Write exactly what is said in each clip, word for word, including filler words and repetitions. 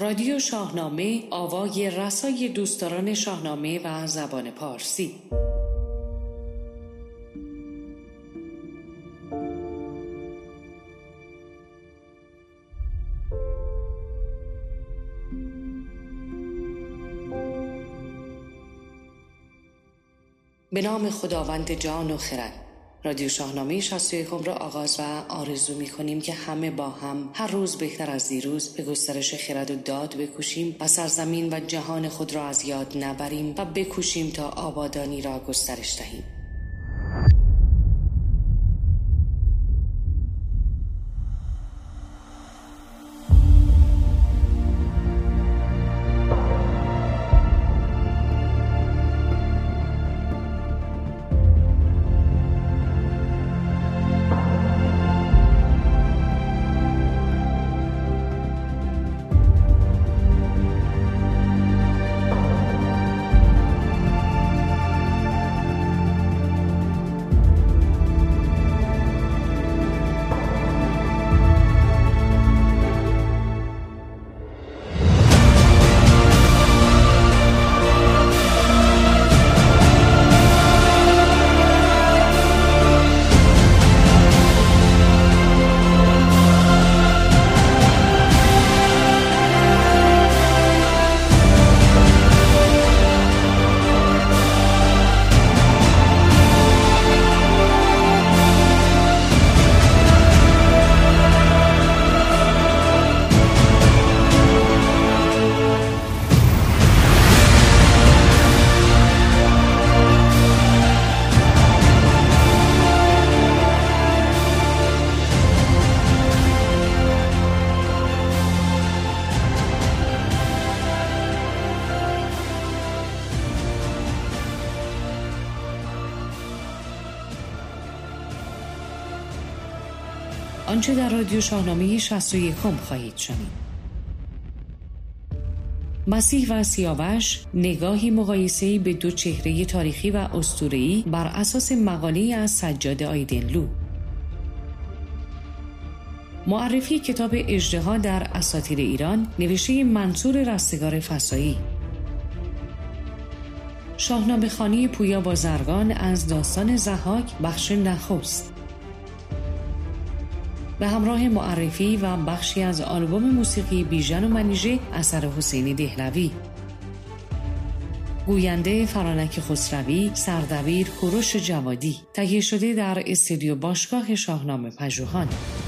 رادیو شاهنامه، آوای رسای دوستداران شاهنامه و زبان پارسی. به نام خداوند جان و خرد. رادیو شاهنامه شصت و یکم را آغاز و آرزو می کنیم که همه با هم هر روز بهتر از دیروز به گسترش خرد و داد بکوشیم و سرزمین و جهان خود را از یاد نبریم و بکوشیم تا آبادانی را گسترش دهیم. آنچه در رادیو شاهنامه شصت و یکم خواهید شنید: مسیح و سیاوش، نگاهی مقایسه‌ای به دو چهره تاریخی و اسطوره‌ای بر اساس مقاله‌ای از سجاد آیدنلو. معرفی کتاب اژدها در اساطیر ایران نوشته منصور رستگار فسایی. شاهنامه خوانی پویا بازرگان از داستان ضحاک بخش نخست، به همراه معرفی و بخشی از آلبوم موسیقی بیژن و منیژه اثر حسین دهلوی. گوینده فرانک خسروی، سردبیر کوروش جوادی. تهیه شده در استودیو باشگاه شاهنامه پژوهان.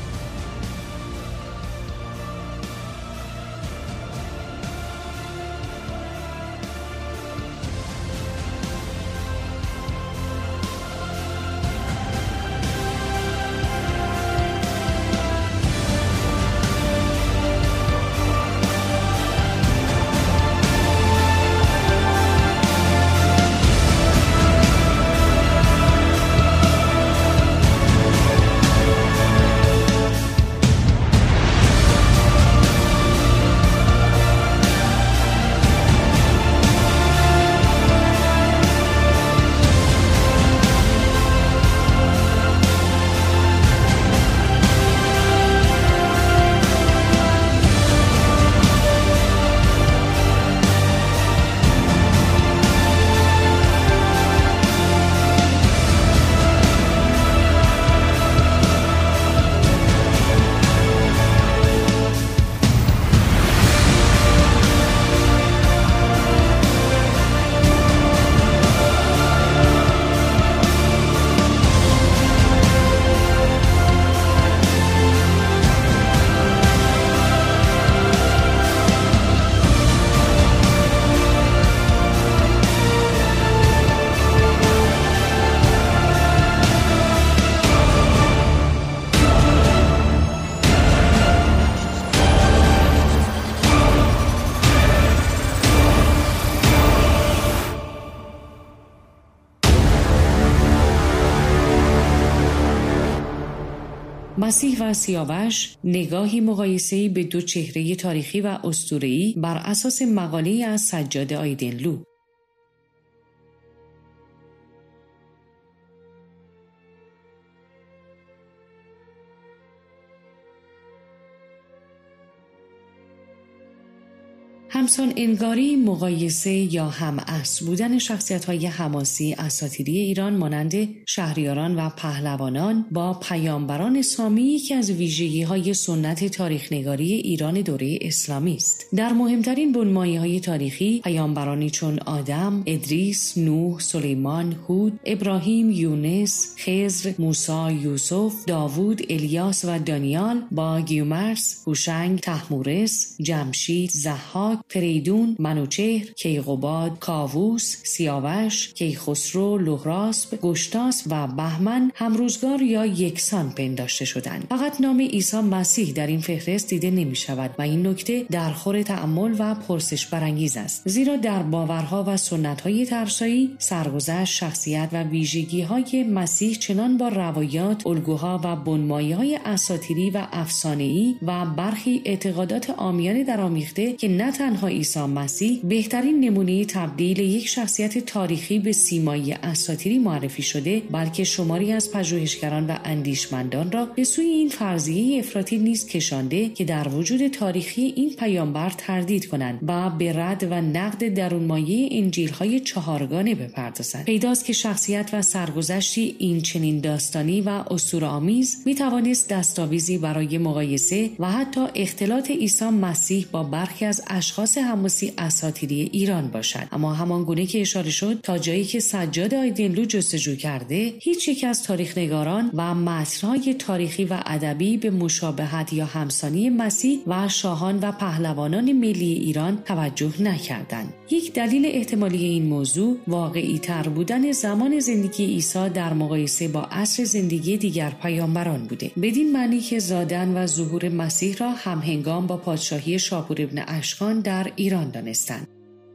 مسیح و سیاوش، نگاهی مقایسه‌ای به دو چهره تاریخی و اسطوره‌ای بر اساس مقاله‌ای از سجاد آیدنلو. همسان انگاری، مقایسه یا هم عصر بودن شخصیت‌های حماسی اساطیری ایران مانند شهریاران و پهلوانان با پیامبران سامی یکی از ویژگی‌های سنت تاریخ‌نگاری ایران دوره اسلامی است. در مهمترین بنمایه‌های تاریخی پیامبرانی چون آدم، ادریس، نوح، سلیمان، هود، ابراهیم، یونس، خضر، موسی، یوسف، داوود، الیاس و دانیال با گیومرث، هوشنگ، طهمورث، جمشید، ضحاک، فریدون، منوچهر، کیقوباد، کاووس، سیاوش، کیخسرو، لهراسب، گشتاس و بهمن همروزگار یا یکسان پنداشته شدند. فقط نام عیسی مسیح در این فهرست دیده نمی شود و این نکته در خور تأمل و پرسش برانگیز است، زیرا در باورها و سنت‌های ترسایی سرگذشت، شخصیت و ویژگی‌های مسیح چنان با روایات، الگوها و بنمایه‌های اساطیری و افسانه‌ای و برخی اعتقادات عامیانه درآمیخته که نه تنها عیسی مسیح بهترین نمونه تبدیل یک شخصیت تاریخی به سیمایی اساطیری معرفی شده، بلکه شماری از پژوهشگران و اندیشمندان را به سوی این فرضیه افراطی نیز کشانده که در وجود تاریخی این پیامبر تردید کنند و به رد و نقد درونمایه انجیل‌های چهارگانه بپردازند. پیداست که شخصیت و سرگذشتی این چنین داستانی و اسطوره‌آمیز می‌توانست دستاویزی برای مقایسه و حتی اختلاط عیسی مسیح با برخی از اشخاص حماسی اساطیری ایران باشد. اما همانگونه که اشاره شد، تا جایی که سجاد آیدینلو جستجو کرده، هیچ یک از تاریخ‌نگاران و متن‌های تاریخی و ادبی به مشابهت یا همسانی مسیح و شاهان و پهلوانان ملی ایران توجه نکردند. یک دلیل احتمالی این موضوع واقعی تر بودن زمان زندگی عیسی در مقایسه با عصر زندگی دیگر پیامبران بوده، بدین معنی که زادن و ظهور مسیح را همهنگام با پادشاهی شاپور ابن اشکان در ایران دانستند.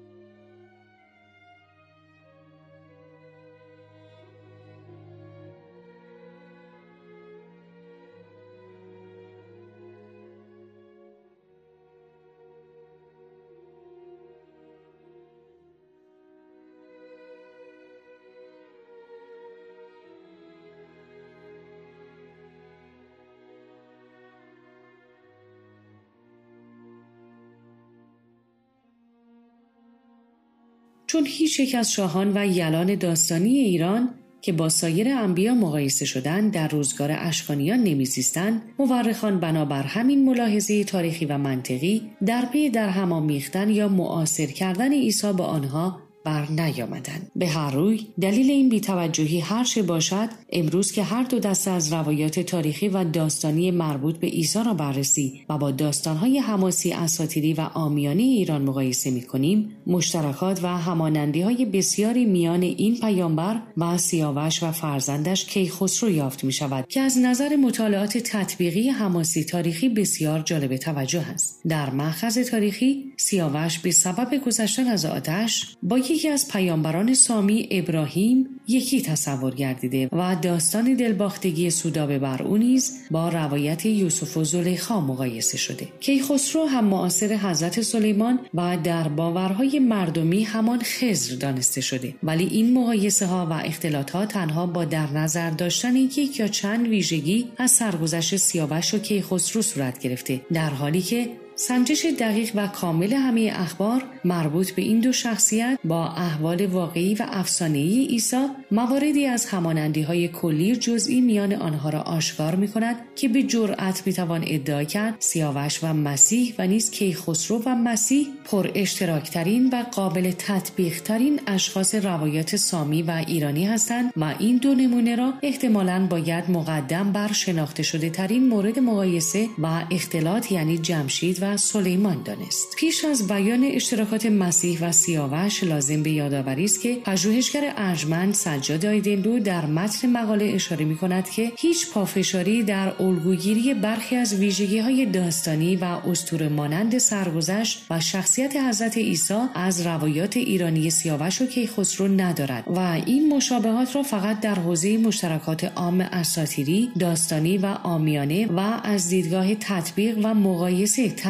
چون هیچ یک از شاهان و یلان داستانی ایران که با سایر انبیا مقایسه شدند در روزگار اشکانیان نمی‌زیستند، مورخان بنابر همین ملاحظه تاریخی و منطقی در پی در هم آمیختن یا معاصر کردن عیسی با آنها بر نیامدند. به هر روی دلیل این بی‌توجهی هر چه باشد، امروز که هر دو دسته از روایات تاریخی و داستانی مربوط به عیسی را بررسی و با داستان‌های حماسی اساطیری و عامیانه ایران مقایسه می‌کنیم، مشترکات و همانندی‌های بسیاری میان این پیامبر و سیاوش و فرزندش کیخسرو یافت می‌شود که از نظر مطالعات تطبیقی حماسی تاریخی بسیار جالب توجه است. در مأخذ تاریخی، سیاوش به سبب گذشتن از آتش با یکی از پیامبران سامی ابراهیم یکی تصور گردیده و داستان دلباختگی سودابه بر او نیز با روایت یوسف و زلیخا مقایسه شده. کیخسرو هم معاصر حضرت سلیمان و در باورهای مردمی همان خضر دانسته شده، ولی این مقایسه ها و اختلاط ها تنها با در نظر داشتن یک یا چند ویژگی از سرگذشت سیاوش و کیخسرو صورت گرفته، در حالی که سنجش دقیق و کامل همه اخبار مربوط به این دو شخصیت با احوال واقعی و افسانه‌ای عیسی مواردی از همانندی‌های کلی جزئی میان آنها را آشکار می‌کند که به جرأت می‌توان ادعا کرد سیاوش و مسیح و نیز کیخسرو و مسیح پر اشتراکترین و قابل تطبیق‌ترین اشخاص روایات سامی و ایرانی هستند و این دو نمونه را احتمالاً باید مقدم بر شناخته شده ترین مورد مقایسه و اختلاط یعنی جمشید و سلیمان دانست. پیش از بیان اشتراکات مسیح و سیاوش لازم به یادآوری است که پژوهشگر ارجمند سجاد آیدینلو در متن مقاله اشاره می‌کند که هیچ پافشاری در الگوگیری برخی از ویژگی‌های داستانی و اسطوره مانند سرگذشت و شخصیت حضرت عیسی از روایات ایرانی سیاوش و کیخسرو ندارد و این مشابهات را فقط در حوزه مشترکات عام اساطیری، داستانی و عامیانه و از دیدگاه تطبیق و مقایسه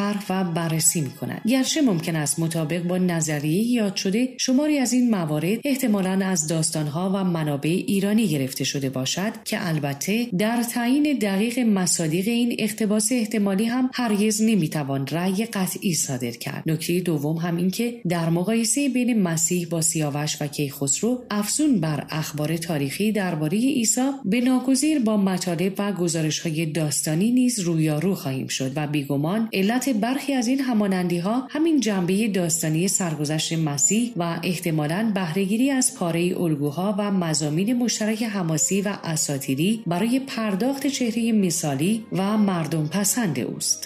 طرح و بررسی می‌کند. گرچه ممکن است مطابق با نظریه یاد شده شماری از این موارد احتمالاً از داستان‌ها و منابع ایرانی گرفته شده باشد که البته در تعیین دقیق مصادیق این اقتباس احتمالی هم هرگز نمی‌توان رأی قطعی صادر کرد. نکته دوم هم این که در مقایسه بین مسیح با سیاوش و کیخسرو افزون بر اخبار تاریخی درباره عیسی به ناگزیر با مطالب و گزارش‌های داستانی نیز رویارو خواهیم شد و بیگمان علت برخی از این همانندی‌ها همین جنبه داستانی سرگذشت مسیح و احتمالاً بهره‌گیری از پاره الگوها و مضامین مشترک حماسی و اساطیری برای پرداخت چهره مثالی و مردم پسند اوست.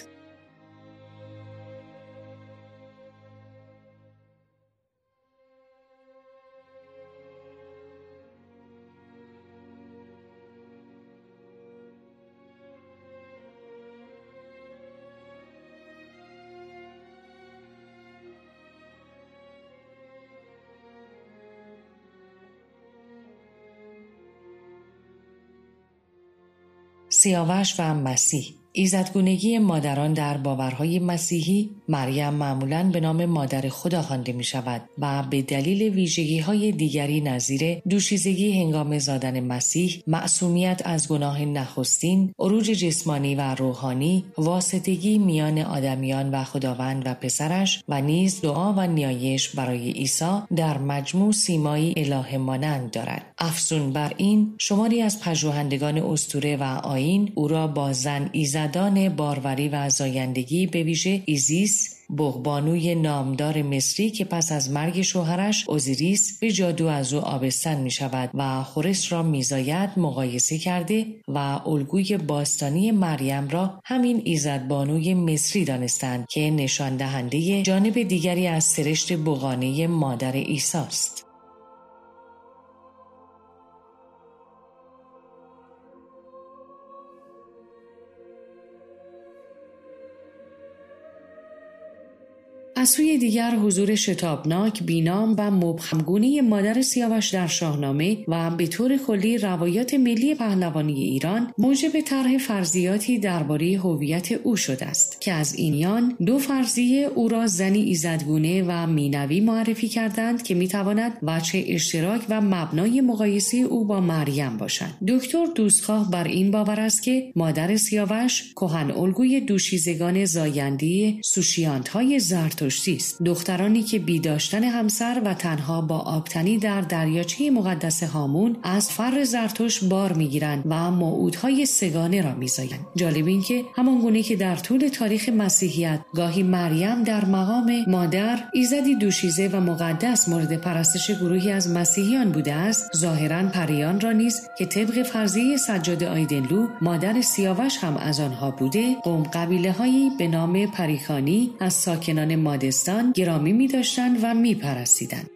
سیاوش و مسیح. ایزدگونگی مادران در باورهای مسیحی، مریم معمولاً به نام مادر خدا خوانده می شود و به دلیل ویژگی‌های دیگری نظیر دوشیزگی هنگام زادن مسیح، معصومیت از گناه نخستین، عروج جسمانی و روحانی، واسطگی میان آدمیان و خداوند و پسرش و نیز دعا و نیایش برای عیسی در مجموع سیمایی الهه مانند دارد. افزون بر این، شماری از پژوهندگان اسطوره و آیین او را با زن ایزد دان باروری و زایندگی به ویژه ایزیس، بغبانوی نامدار مصری که پس از مرگ شوهرش اوزیریس به جادو از او آبستن می شود و خورس را می زاید مقایسه کرده و الگوی باستانی مریم را همین ایزدبانوی مصری دانستند که نشان دهنده جانب دیگری از سرشت بغانه مادر عیسی است. از سوی دیگر حضور شتابناک، بینام و مبهمگونی مادر سیاوش در شاهنامه و به طور کلی روایات ملی پهلوانی ایران موجب طرح فرضیاتی درباره هویت او شده است که از اینیان دو فرضیه او را زنی ایزدگونه و مینوی معرفی کردند که میتواند وجه اشتراک و مبنای مقایسه او با مریم باشد. دکتر دوستخواه بر این باور است که مادر سیاوش کهن الگوی دوشیزگان زاینده سوشیانت‌های زرتشتی است، دخترانی که بی داشتن همسر و تنها با آبتنی در دریاچه مقدس هامون از فر زرتشت بار میگیرند و موعودهای سگانه را میزایند. جالب این که همان گونه که در طول تاریخ مسیحیت گاهی مریم در مقام مادر ایزدی دوشیزه و مقدس مورد پرستش گروهی از مسیحیان بوده است، ظاهراً پریان را نیز که طبق فرضیه سجاد آیدنلو مادر سیاوش هم از آنها بوده، قوم قبیله‌هایی به نام پریکانی از ساکنان مادستان گرامی می داشتند و می پرستیدند.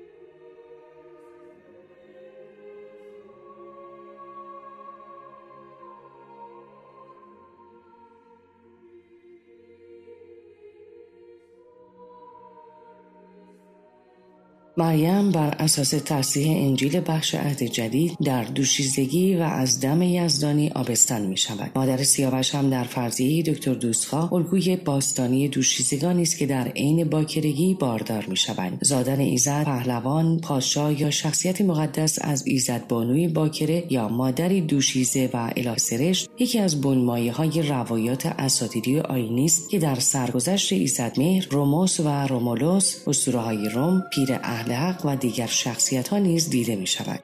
مریم بر اساس تصحیح انجیل بخش عهد جدید در دوشیزگی و از دم یزدانی آبستن می شود. مادر سیاوش هم در فرضیه دکتر دوستخواه الگوی باستانی دوشیزگانی است که در عین باکرگی باردار می شوند. زادن ایزد، پهلوان، پادشاه یا شخصیت مقدس از ایزدبانوی باکره یا مادری دوشیزه و اله سرشت یکی از بنمایه‌های روایات اساطیری آیینی است که در سرگذشت ایزدمهر، روموس و رومولوس، اسطوره‌های روم، پیر اهل حق و دیگر شخصیت‌ها نیز دیده می‌شود.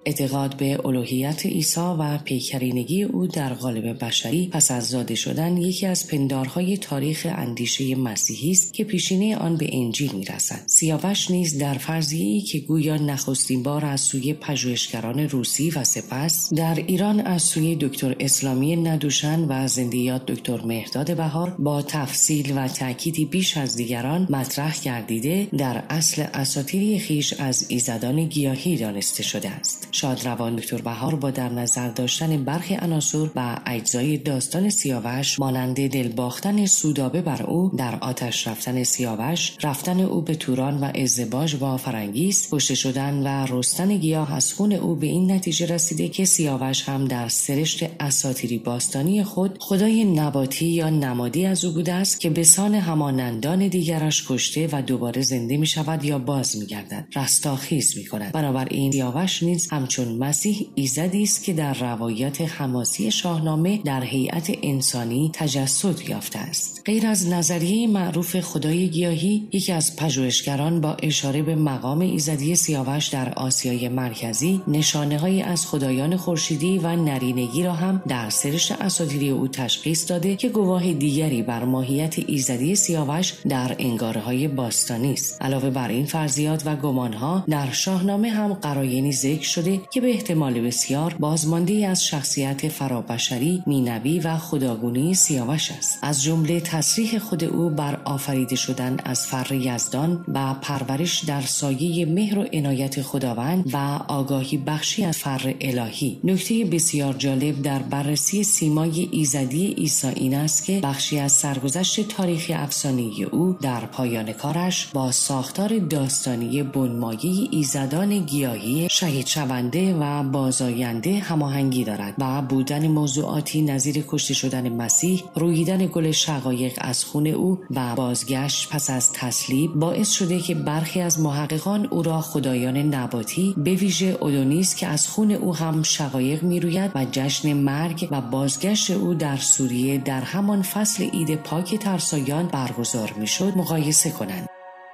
اعتقاد به الوهیت عیسی و پیکرینگی او در قالب بشری پس از زاده شدن یکی از پندارهای تاریخ اندیشه مسیحی است که پیشینه آن به انجیل می‌رسد. سیاوش نیز در فرضیه‌ای که گویا نخستین بار از سوی پژوهشگران روسی و سپس در ایران از سوی دکتر اسلامی ندوشن و زندیات دکتر مهرداد بهار با تفصیل و تأکیدی بیش از دیگران مطرح گردیده در اصل اساطیری خیش از ایزدان گیاهی دانسته شده است. شادروان دکتر بهار با در نظر داشتن برخی عناصر و اجزای داستان سیاوش مانند دل باختن سودابه بر او، در آتش رفتن سیاوش، رفتن او به توران و ازدواج با فرنگیس، کشته شدن و رستن گیاه از خون او به این نتیجه رسیده که سیاوش هم در سرشت اساطیری باستانی خود خدای نباتی یا نمادی از او بوده است که به سان همانندان دیگرش کشته و دوباره زنده می شود یا باز می گردد، رستاخیز می کند. بنابراین سیاوش نیز همچون مسیح ایزدی است که در روایات حماسی شاهنامه در هیئت انسانی تجسد یافته است. غیر از نظریه معروف خدای گیاهی، یکی از پژوهشگران با اشاره به مقام ایزدی سیاوش در آسیای مرکزی نشانه‌هایی از خدایان خورشیدی و نرینگی را هم در سرشت اساطیری او تشخیص داده که گواه دیگری بر ماهیت ایزدی سیاوش در انگاره‌های باستانی است. علاوه بر این فرضیات و گمانها در شاهنامه هم قرائنی ذکر شده که به احتمال بسیار بازمانده‌ای از شخصیت فرابشری، مینوی و خداگونی سیاوش است. از جمله تصریح خود او بر آفریده شدن از فر یزدان و پرورش در سایه مهر و عنایت خداوند و آگاهی بخشی از فر الهی. نکته بسیار جالب در بررسی سیمای ایزدی عیسی این است که بخشی از سرگذشت تاریخی افسانه‌ای او در پایان کارش با ساختار داستانی بنمایه ایزدان گیاهی شهید شونده و بازآینده هماهنگی دارد و بودن موضوعاتی نظیر کشته شدن مسیح، رویدن گل شقایق از خون او و بازگشت پس از تصلیب باعث شده که برخی از محققان او را خدایان نباتی به ویژه اودونیس که از خون او هم شقایق می‌روید و جشن مرگ و بازگشت او در سوریه در همان فصل عید پاک ترسایان برگزار می‌شد مقایسه کنند.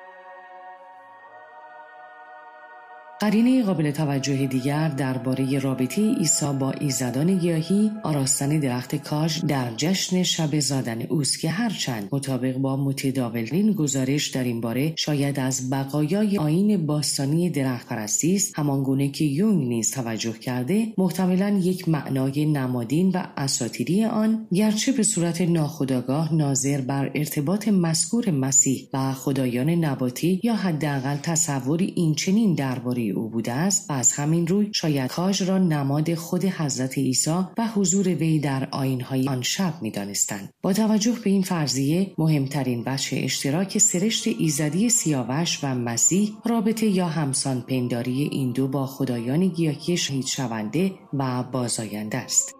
قرینه قابل توجه دیگر درباره رابطه عیسی با ایزدان گیاهی آراستن درخت کاج در جشن شب زادن اوست که هرچند مطابق با متداولین گزارش در این باره شاید از بقایای آیین باستانی درخت پرستی است، همانگونه که یونگ نیز توجه کرده، محتملاً یک معنای نمادین و اساطیری آن گرچه به صورت ناخودآگاه ناظر بر ارتباط مذکور مسیح و خدایان نباتی یا حداقل تصوری اینچنین درباره او بوده است و از همین روی شاید کاج را نماد خود حضرت عیسی و حضور وی در آیین‌های آن شب می‌دانستند. با توجه به این فرضیه مهمترین وجه اشتراک سرشت ایزدی سیاوش و مسیح رابطه یا همسان پنداری این دو با خدایان گیاهی شهید شونده و بازآینده است.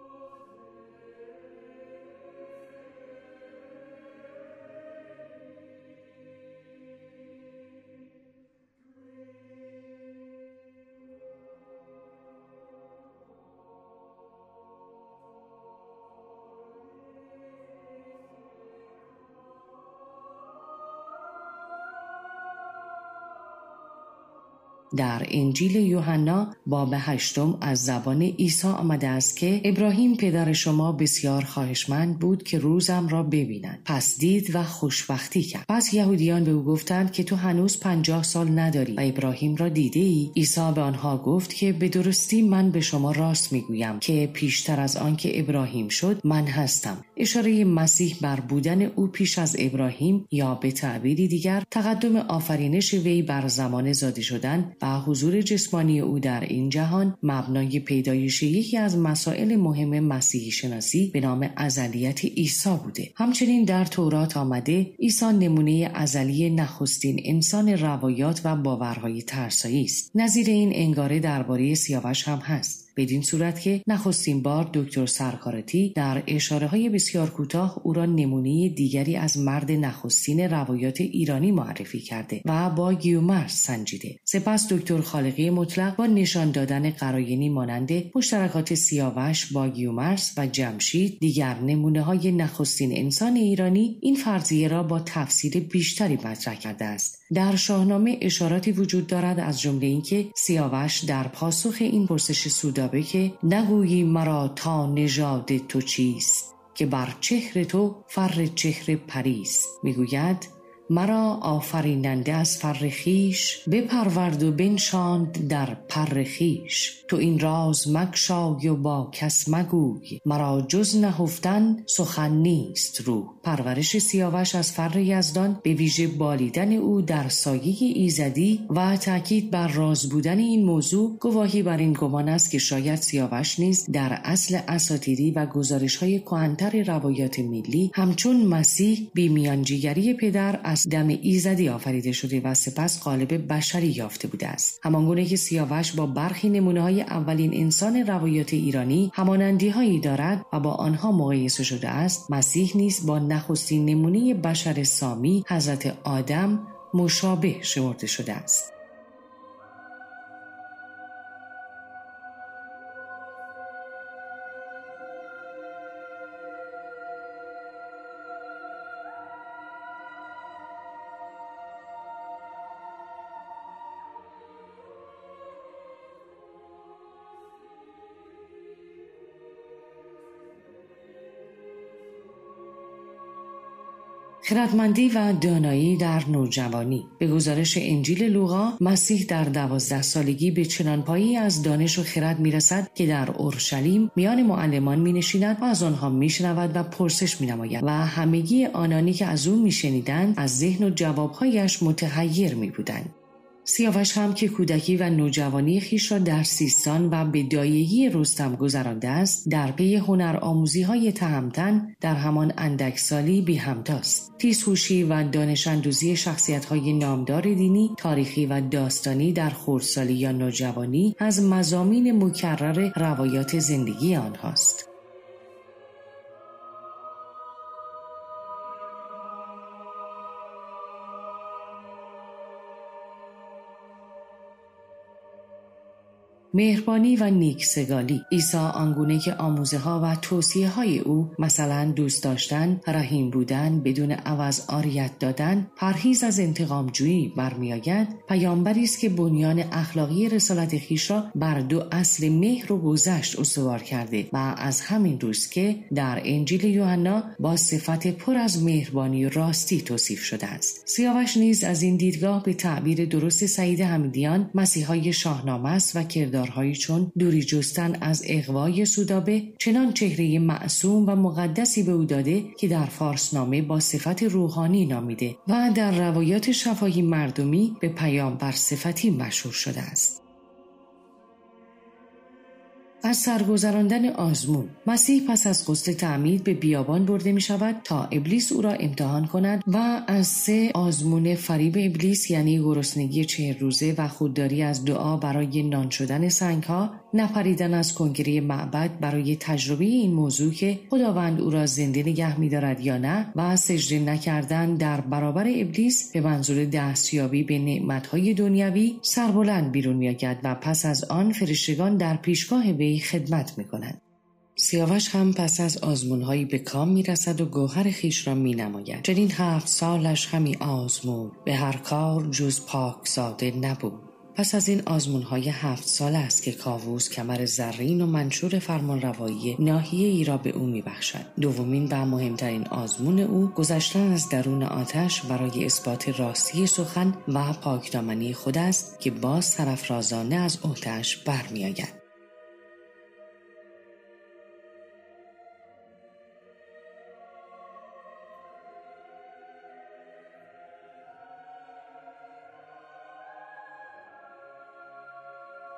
در انجیل یوحنا باب هشتم از زبان عیسی آمده است که ابراهیم پدر شما بسیار خواهشمند بود که روزم را ببیند، پس دید و خوشبختی کرد. پس یهودیان به او گفتند که تو هنوز پنجاه سال نداری و ابراهیم را دیده ای؟ عیسی به آنها گفت که به درستی من به شما راست میگویم که پیشتر از آن که ابراهیم شد من هستم. اشاره مسیح بر بودن او پیش از ابراهیم یا به تعبیری دیگر تقدم آفرینش وی بر زمان زاده شدن و حضور جسمانی او در این جهان مبنای پیدایش یکی از مسائل مهم مسیحی شناسی به نام ازلیت عیسی بوده. همچنین در تورات آمده عیسی نمونه ازلی نخستین انسان روایات و باورهای ترسایی است. نظیر این انگاره درباره سیاوش هم هست. بدین صورت که نخستین بار دکتر سرکارتی در اشاره‌های بسیار کوتاه او را نمونه دیگری از مرد نخستین روایات ایرانی معرفی کرده و با گیومرث سنجیده. سپس دکتر خالقی مطلق با نشان دادن قراینی مانند مشترکات سیاوش با گیومرث و جمشید دیگر نمونه‌های نخستین انسان ایرانی این فرضیه را با تفسیر بیشتری مطرح کرده است. در شاهنامه اشاراتی وجود دارد از جمله اینکه سیاوش در پاسخ این پرسش سودابه که نگویی مرا تا نژاد تو چیست که بر چهر تو فر چهر پریست، میگوید مرا آفریننده از فر خویش بپرورد و بنشاند در پر خویش. تو این راز مگشای و با کس مگوی، مرا جز نهفتن سخن نیست رو. پرورش سیاوش از فر یزدان به ویژه بالیدن او در سایه ایزدی و تاکید بر راز بودن این موضوع گواهی بر این گمان است که شاید سیاوش نیز در اصل اساطیری و گزارش‌های کهن‌تر روایات ملی همچون مسیح بی میانجیگری پدر از دم ایزدی آفریده شده و سپس قالب بشری یافته بوده است. همانگونه که سیاوش با برخی نمونه‌های اولین انسان روایات ایرانی همانندی‌هایی دارد و با آنها مقایسه شده است، مسیح نیز با نخستین نمونه بشر سامی حضرت آدم مشابه شمرده شده است. خردمندی و دانایی در نوجوانی. به گزارش انجیل لوقا، مسیح در دوازده سالگی به چنان پایی از دانش و خرد میرسد که در اورشلیم میان معلمان می نشیند و از آنها می شنود و پرسش می نماید و همگی آنانی که از او می شنیدند از ذهن و جوابهایش متحیر می بودند. سیاوش هم که کودکی و نوجوانی خیش را در سیستان و به دایگی رستم گذرانده است، در پی هنر آموزی های تهمتن در همان اندک سالی بی همتاست. تیزهوشی و دانش اندوزی شخصیت های نامدار دینی، تاریخی و داستانی در خردسالی یا نوجوانی از مضامین مکرر روایات زندگی آنهاست. مهربانی و نیکسگالی. عیسی آنگونه که آموزه ها و توصیه های او مثلا دوست داشتن، رحیم بودن، بدون عوض عاریت دادن، پرهیز از انتقام جویی برمیآید، پیامبری است که بنیان اخلاقی رسالت خویش را بر دو اصل مهر و گذشت استوار کرده و از همین روز که در انجیل یوحنا با صفت پر از مهربانی و راستی توصیف شده است. سیاوش نیز از این دیدگاه به تعبیر درست سعید حمیدیان مسیحای شاهنامه است و کردار هایی چون دوری جستن از اغوای سودابه چنان چهره معصوم و مقدسی به او داده که در فارسنامه با صفت روحانی نامیده و در روایات شفاهی مردمی به پیامبر صفتی مشهور شده است. از سرگذراندن آزمون. مسیح پس از غسل تعمید به بیابان برده می شود تا ابلیس او را امتحان کند و از سه آزمون فریب ابلیس یعنی گرسنگی چهل روزه و خودداری از دعا برای نان شدن سنگها، نپریدن از کنگره معبد برای تجربه این موضوع که خداوند او را زنده نگه می دارد یا نه و سجده نکردن در برابر ابلیس به منظور دستیابی به نعمتهای دنیوی سربلند بیرون می آید و پس از آن فرشتگان در پیشگاه وی خدمت می کنند. سیاوش هم پس از آزمونهایی به کام می رسد و گوهر خیش را می نماید. چنین هفت سالش همی آزمون، به هر کار جز پاک زاده نبود. پس از این آزمونهای هفت سال است که کاووس کمر زرین و منشور فرمانروایی ناحیه ای را به او می بخشد. دومین و مهمترین آزمون او گذشتن از درون آتش برای اثبات راستی سخن و پاکدامنی خود است که باز سرافرازانه از عهده‌اش برمی آید.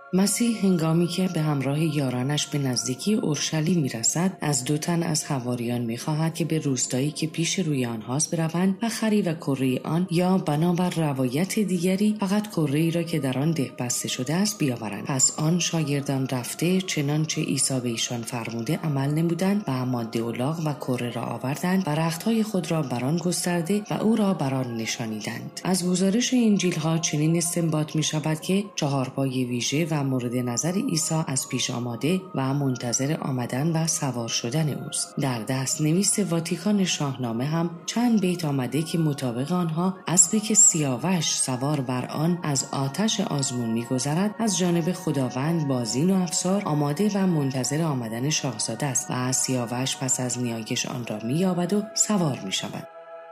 مسیح هنگامی که به همراه یارانش به نزدیکی اورشلیم میرسد، از دو تن از حواریان میخواهد که به روستایی که پیش روی آنهاست بروند و خری و کره آن یا بنابر روایت دیگری فقط کره‌ای را که در آن ده بسته شده است بیاورند. پس آن شاگردان رفته چنانچه عیسی به ایشان فرموده عمل نمودند و ماده الاغ و کره را آوردند و رختهای خود را بر آن گسترده و او را بر آن نشانیدند. از گزارش انجیل ها چنین استنباط می شود که چهارپای ویژه و مورد نظر عیسی از پیش آماده و منتظر آمدن و سوار شدن اوست. در دست نویس واتیکان شاهنامه هم چند بیت آمده که مطابق آنها اسبی که سیاوش سوار بر آن از آتش آزمون می‌گذرد از جانب خداوند با زین و افسار آماده و منتظر آمدن شاهزاده است و سیاوش پس از نیایش آن را می‌یابد و سوار می‌شود.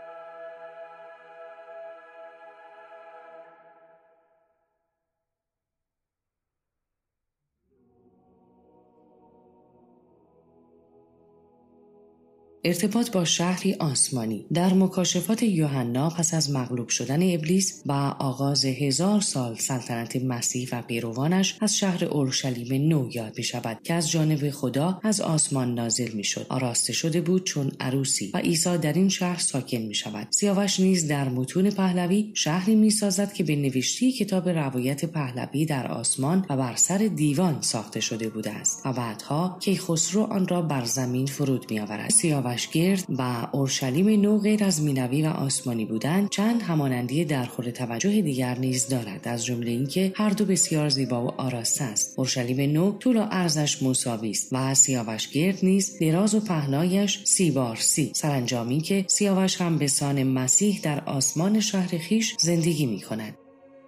ارتباط با شهری آسمانی. در مکاشفات یوحنا پس از مغلوب شدن ابلیس و آغاز هزار سال سلطنت مسیح و پیروانش از شهر اورشلیم نو یاد می شود که از جانب خدا از آسمان نازل می شد. آراسته شده بود چون عروسی و عیسی در این شهر ساکن می شود. سیاوش نیز در متون پهلوی شهری می سازد که به نوشته کتاب روایت پهلوی در آسمان و بر سر دیوان ساخته شده بوده است و بعدها کیخسرو آن را بر زمین فرود می آورد. سیاوش گرد و اورشلیم نو غیر از مینوی و آسمانی بودن چند همانندی درخور توجه دیگر نیز دارد، از جمله اینکه هر دو بسیار زیبا و آراسته است. اورشلیم نو طول و عرضش مساوی است و سیاوش گرد نیز دراز و پهنایش سی بار سی. سرانجامی که سیاوش هم به سان مسیح در آسمان شهر خیش زندگی می کند.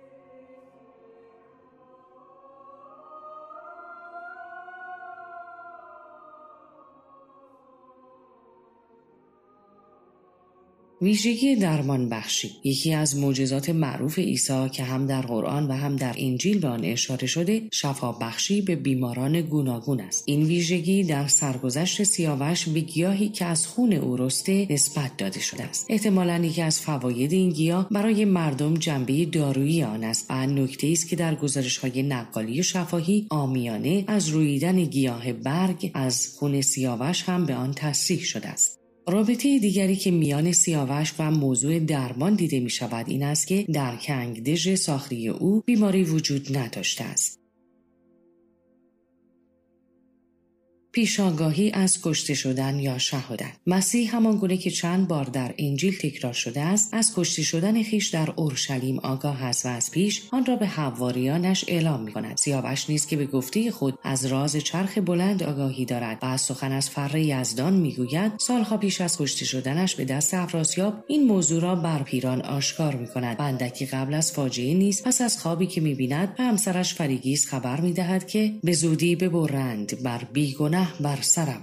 ویژگی درمان بخشی. یکی از معجزات معروف عیسی که هم در قرآن و هم در انجیل به آن اشاره شده شفا بخشی به بیماران گوناگون است. این ویژگی در سرگذشت سیاوش به گیاهی که از خون او رسته نسبت داده شده است. احتمالاً یکی از فواید این گیاه برای مردم جنبه دارویی آن است و نکته است که در گزارش‌های نقالی شفاهی عامیانه از رویدن گیاه برگ از خون سیاوش هم به آن تصریح شده است. رابطه دیگری که میان سیاوش و موضوع درمان دیده می شود این است که در کنگدژ ساخری او بیماری وجود نداشته است. پیشاگاهی از کشته شدن یا شهادت. مسیح همان گونه که چند بار در انجیل تکرار شده است از کشته شدن خیش در اورشلیم آگاه است و از پیش آن را به حواریانش اعلام می کند. سیاوش نیز که به گفته خود از راز چرخ بلند آگاهی دارد و از سخن از فر یزدان می گوید، سالها پیش از کشته شدنش به دست افراسیاب این موضوع را بر پیران آشکار می کند و اندکی قبل از فاجعه نیز پس از خوابی که می بیند به همسرش فریگیس خبر می دهد که به زودی ببرند بر بیگناه بر سرم.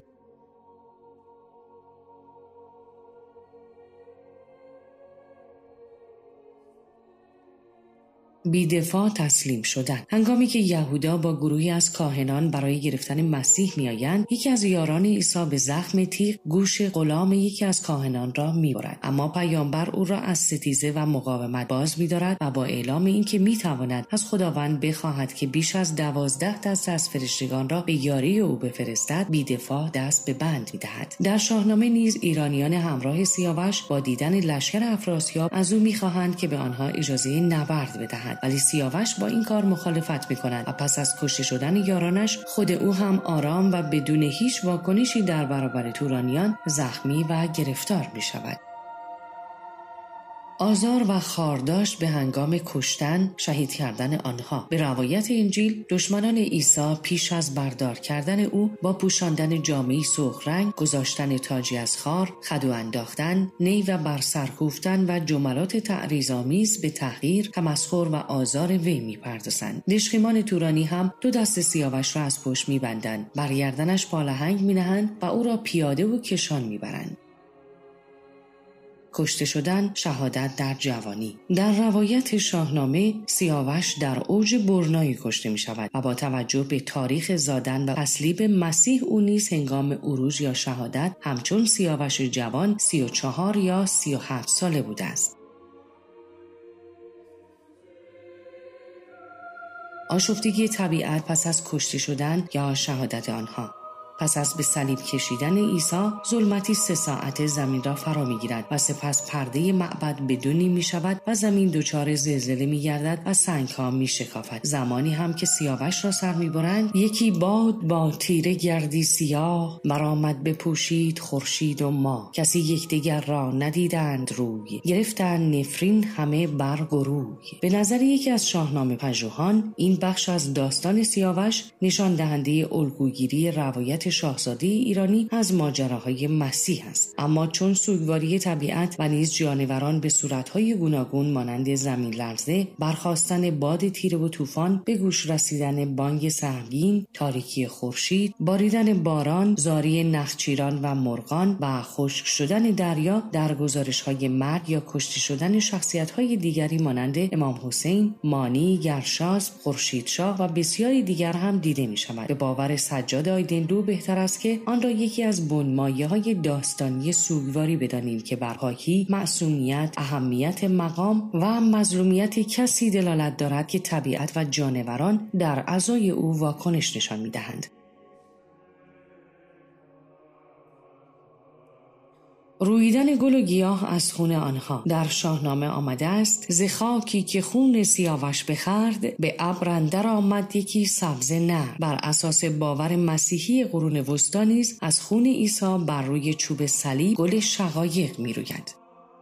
بی‌دفاع تسلیم شدن. هنگامی که یهودا با گروهی از کاهنان برای گرفتن مسیح میآیند، یکی از یاران عیسی به زخم تیغ گوش غلام یکی از کاهنان را میبرد، اما پیامبر او را از ستیزه و مقاومت باز می‌دارد و با اعلام اینکه میتواند از خداوند بخواهد که بیش از دوازده دست از فرشتگان را به یاری او بفرستد، بی‌دفاع دست به بند می‌دهد. در شاهنامه نیز ایرانیان همراه سیاوش با دیدن لشکر افراسیاب از او می‌خواهند که به آنها اجازه نبرد بدهد، ولی سیاوش با این کار مخالفت می‌کند و پس از کشته شدن یارانش خود او هم آرام و بدون هیچ واکنشی در برابر تورانیان زخمی و گرفتار می‌شود. آزار و خارداشت به هنگام کشتن، شهید کردن آنها. به روایت انجیل دشمنان عیسی پیش از بردار کردن او با پوشاندن جامه‌ای سرخ رنگ، گذاشتن تاجی از خار، خدو انداختن، نی و بر سر کوفتن و جملات تعریض‌آمیز به تحقیر، تمسخر و آزار وی می‌پردازند. دشخیمان تورانی هم دو دست سیاوش را از پشت می‌بندند، بر گردنش پالهنگ می‌نهند و او را پیاده و کشان می‌برند. کشته شدن، شهادت در جوانی. در روایت شاهنامه سیاوش در اوج برنایی کشته می شود و با توجه به تاریخ زادن و تصلیب مسیح او نیز هنگام عروج یا شهادت همچون سیاوش جوان سی و چهار یا سی و هفت ساله بوده است. آشفتگی طبیعت پس از کشته شدن یا شهادت آنها. پس از به صلیب کشیدن عیسی، ظلمتی سه ساعته زمین را فرا می‌گیرد و سپس پرده معبد به دو نیم می‌شود و زمین دچار زلزله می‌گردد و سنگ‌ها می‌شکافد. زمانی هم که سیاوش را سر می‌برند، یکی باد با تیره گردی سیاه، برآمد بپوشید خورشید و ماه. کسی یکدیگر را ندیدند روی، گرفتند نفرین همه برگ و روی. به نظر یکی از شاهنامه پژوهان، این بخش از داستان سیاوش نشان دهنده الگوگیری روایت شاهزاده ایرانی از ماجراهای مسیح است. اما چون سوگواری طبیعت و نیز جانوران به صورتهای گوناگون مانند زمین لرزه، برخاستن باد تیره و طوفان، به گوش رسیدن بانگ سهمگین، تاریکی خورشید، باریدن باران، زاری نخچیران و مرغان و خشک شدن دریا در گزارش‌های مرگ یا کشته شدن شخصیت‌های دیگری مانند امام حسین، مانی، گرشاسب، خورشیدشاه و بسیاری دیگر هم دیده می‌شود. به باور سجاد آیدنلو بهتر است که آن را یکی از بنمایه‌های داستانی سوگواری بدانیم که بر پاکی، معصومیت، اهمیت مقام و مظلومیت کسی دلالت دارد که طبیعت و جانوران در عزای او واکنش نشان می‌دهند. رویدن گل و گیاه از خون آنها. در شاهنامه آمده است: ز خاکی که خون سیاوش بخورد، به ابر اندر آمد یکی سبزه نر. بر اساس باور مسیحی قرون وسطی نیز از خون عیسی بر روی چوب صلیب گل شقایق می روید.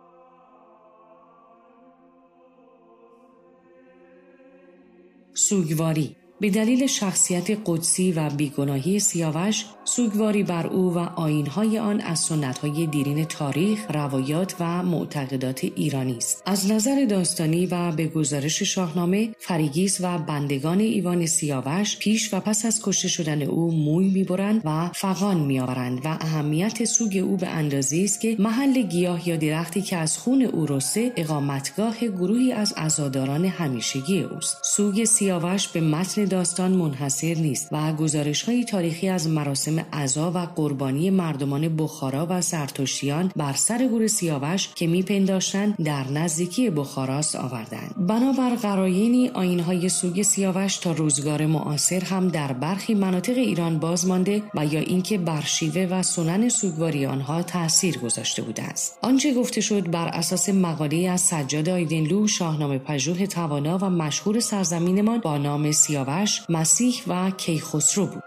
سوگواری. به دلیل شخصیت قدسی و بیگناهی سیاوش، سوگواری بر او و آیین‌های آن از سنت‌های دیرین تاریخ، روایات و معتقدات ایرانی است. از نظر داستانی و به گزارش شاهنامه، فریگیس و بندگان ایوان سیاوش پیش و پس از کشته شدن او موی می‌برند و فغان می‌آورند و اهمیت سوگ او به اندازه‌ای است که محل گیاه یا درختی که از خون او رسته، اقامتگاه گروهی از عزاداران همیشگی اوست. سوگ سیاوش به متن داستان منحصر نیست و گزارش‌های تاریخی از مراسم عزا و قربانی مردمان بخارا و زرتشتیان بر سر گور سیاوش که می‌پنداشتند در نزدیکی بخاراست آوردند. بنابر قرائنی، آیین‌های سوگ سیاوش تا روزگار معاصر هم در برخی مناطق ایران باز مانده و یا اینکه بر شیوه و سنن سوگواری آنها تأثیر گذاشته بوده است. آنچه گفته شد بر اساس مقاله از سجاد آیدنلو، شاهنامه پژوه توانا و مشهور سرزمینمان با نام سیاوش، مسیح و کیخسرو بود.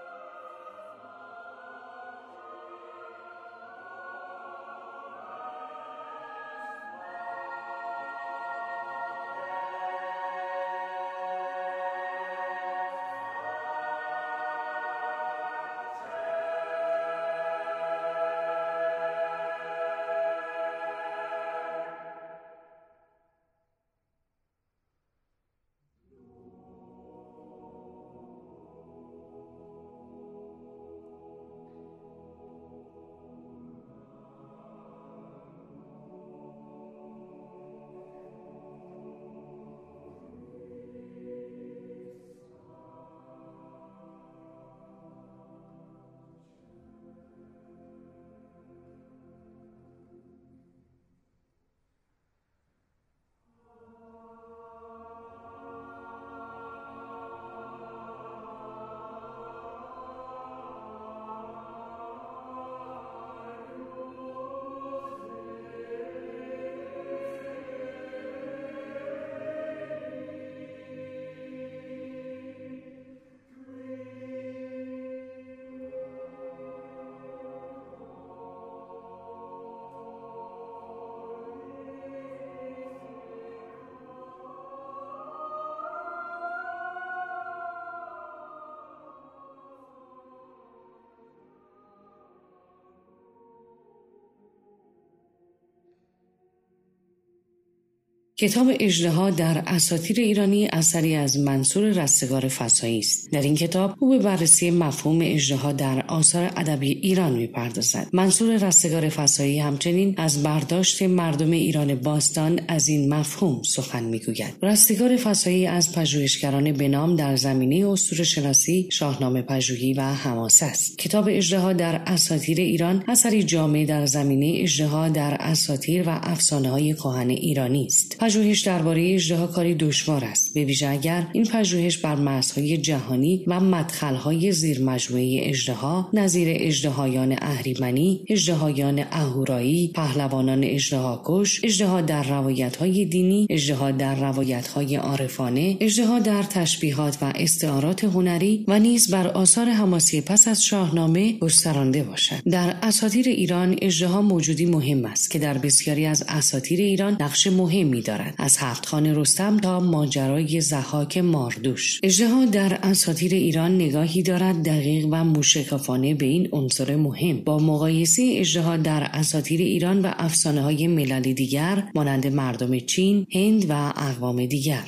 کتاب اژدها در اساطیر ایرانی اثری از منصور رستگار فسایی است. در این کتاب او به بررسی مفهوم اژدها در آثار ادبی ایران می‌پردازد. منصور رستگار فسایی همچنین از برداشت مردم ایران باستان از این مفهوم سخن می‌گوید. رستگار فسایی از پژوهشگران بنام در زمینه اسطوره‌شناسی، شاهنامه پژوهی و حماسه است. کتاب اژدها در اساطیر ایران اثری جامع در زمینه اژدها در اساطیر و افسانه‌های کهن ایرانی است. پژوهش درباره اژدها کاری دشوار است، به ویژه اگر این پژوهش بر مرزهای جهانی و مدخل‌های زیرمجموعه اژدها نظیر اژدهایان اهریمنی، اژدهایان اهورایی، پهلوانان اژدهاکش، اژدها در روایت‌های دینی، اژدها در روایت‌های عارفانه، اژدها در تشبیهات و استعارات هنری و نیز بر آثار حماسی پس از شاهنامه گسترانده باشد. در اساطیر ایران اژدها موجودی مهم است که در بسیاری از اساطیر ایران نقش مهمی دارد، از هفت خان رستم تا ماجرای ضحاک ماردوش. اژدها در اساطیر ایران نگاهی دارد دقیق و موشکافانه به این عنصر مهم با مقایسه اژدها در اساطیر ایران و افسانه‌های ملل دیگر مانند مردم چین، هند و اقوام دیگر.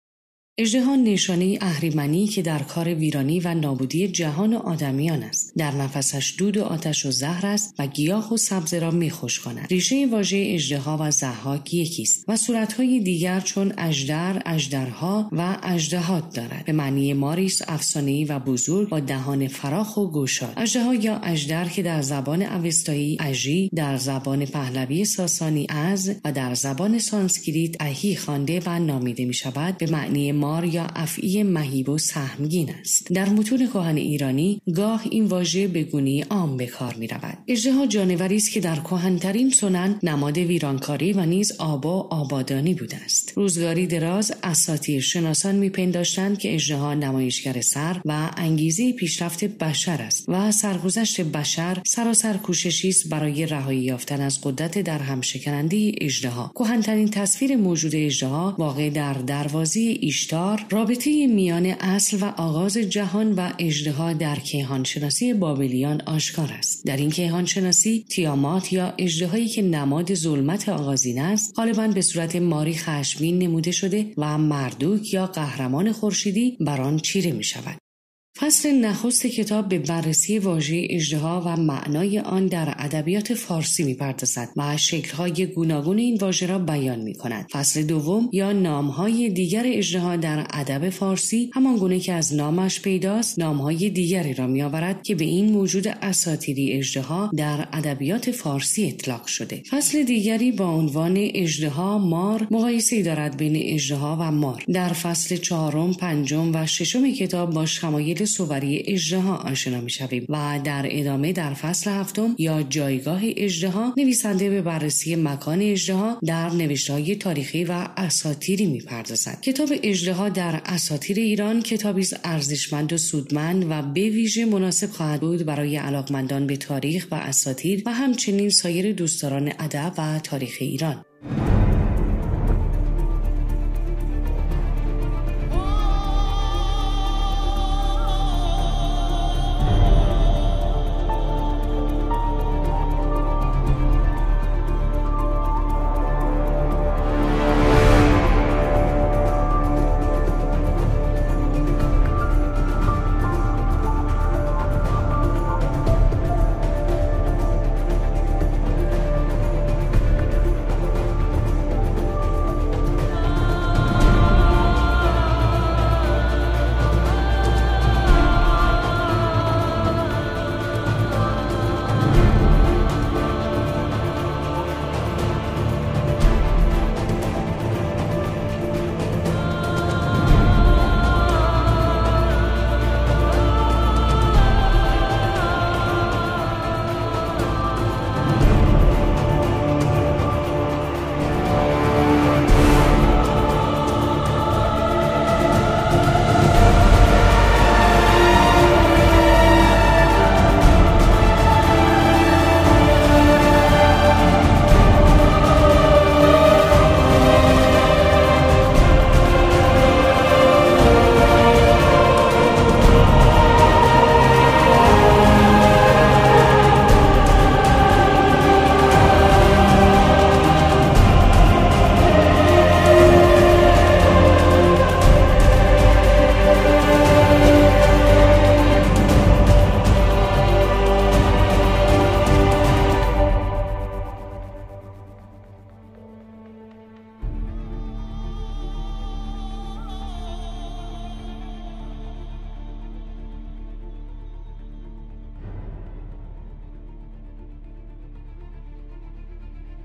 اژدها نشانه اهریمنی که در کار ویرانی و نابودی جهان و آدمیان است. در نفسش دود و آتش و زهر است و گیاه و سبزه را میخوش کند. ریشه واژه اژدها و ضحاک یکی است و صورت‌های دیگر چون اژدر، اژدرها و اژدهات دارد. به معنی ماری است افسانه‌ای و بزرگ با دهان فراخ و گشاد. اژدها یا اژدر که در زبان اوستایی اژی، در زبان پهلوی ساسانی از و در زبان سانسکریت اهی خوانده و نامیده می‌شود، به معنی مار یا افعی مهیب و سهمگین است. در متون کهن ایرانی گاه این واژه به گونه‌ای عام به کار می‌رود. اژدها جانوری است که در کهن‌ترین سنن نماد ویرانکاری و نیز آب و آبادانی بوده است. روزگاری دراز اساطیر شناسان می‌پنداشتند که اژدها نمایشگر سر و انگیزه پیشرفت بشر است و سرگذشت بشر سراسر کوششی است برای رهایی یافتن از قدرت در هم شکننده اژدها. کهن‌ترین تصویر موجود اژدها واقع در دروازه ایشتار، رابطه میان اصل و آغاز جهان و اژدها در کیهانشناسی بابلیان آشکار است. در این کیهانشناسی تیامات یا اژدهایی که نماد ظلمت آغازین است، غالباً به صورت ماری خشمگین نموده شده و مردوک یا قهرمان خورشیدی بر آن چیره می شود. فصل نخست کتاب به بررسی واژه اژدها و معنای آن در ادبیات فارسی می‌پردازد و شکل‌های گوناگون این واژه را بیان می‌کند. فصل دوم یا نام‌های دیگر اژدها در ادب فارسی همان گونه که از نامش پیداست، نام‌های دیگری را می‌آورد که به این موجود اساطیری اژدها در ادبیات فارسی اطلاق شده. فصل دیگری با عنوان اژدها مار مقایسه‌ای دارد بین اژدها و مار. در فصل چهارم، پنجم و ششم کتاب با شمایل صوری اژدها آشنا می‌شویم و در ادامه در فصل هفتم یا جایگاه اژدها نویسنده به بررسی مکان اژدها در نوشته‌های تاریخی و اساطیری می‌پردازد. کتاب اژدها در اساطیر ایران کتابی است ارزشمند و سودمند و به ویژه مناسب خواهد بود برای علاقمندان به تاریخ و اساطیر و همچنین سایر دوستداران ادب و تاریخ ایران.